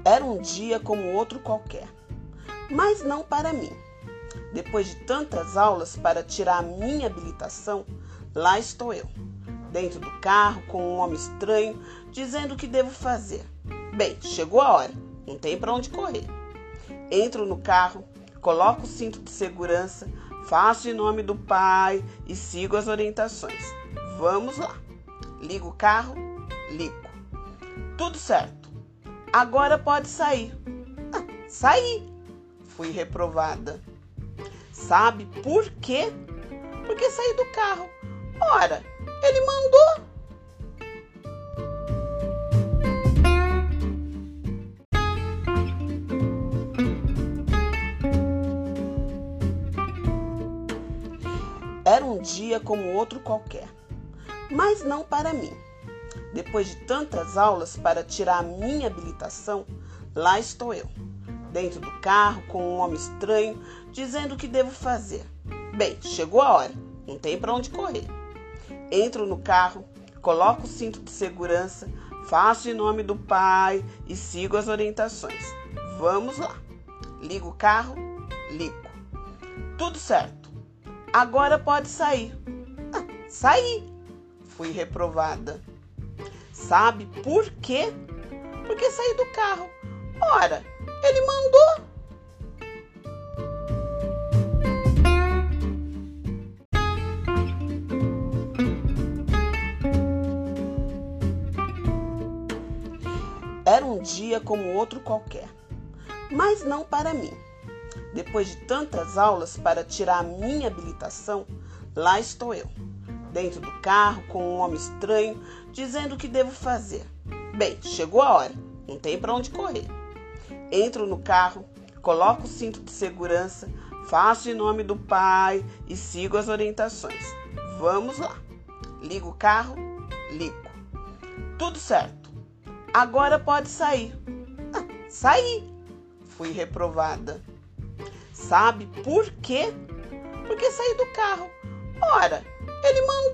Era um dia como outro qualquer, mas não para mim. Depois de tantas aulas para tirar a minha habilitação, lá estou eu, dentro do carro com um homem estranho, dizendo o que devo fazer. Bem, chegou a hora, não tem para onde correr. Entro no carro, coloco o cinto de segurança, faço em nome do Pai e sigo as orientações. Vamos lá. Ligo o carro, ligo. Tudo certo. Agora pode sair. Saí. Fui reprovada. Sabe por quê? Porque saí do carro. Ora, ele mandou. Era um dia como outro qualquer, mas não para mim. Depois de tantas aulas para tirar a minha habilitação, lá estou eu, dentro do carro com um homem estranho, dizendo o que devo fazer. Bem, chegou a hora, não tem para onde correr. Entro no carro, coloco o cinto de segurança, faço em nome do Pai e sigo as orientações. Vamos lá. Ligo o carro, ligo. Tudo certo. Agora pode sair. Saí. Fui reprovada. Sabe por quê? Porque saí do carro. Ora, ele mandou. Era um dia como outro qualquer, mas não para mim. Depois de tantas aulas para tirar a minha habilitação, lá estou eu, dentro do carro com um homem estranho, dizendo o que devo fazer. Bem, chegou a hora, não tem para onde correr. Entro no carro, coloco o cinto de segurança, faço em nome do Pai e sigo as orientações. Vamos lá. Ligo o carro, ligo. Tudo certo. Agora pode sair. Saí. Fui reprovada. Sabe por quê? Porque saí do carro. Ora, ele mandou.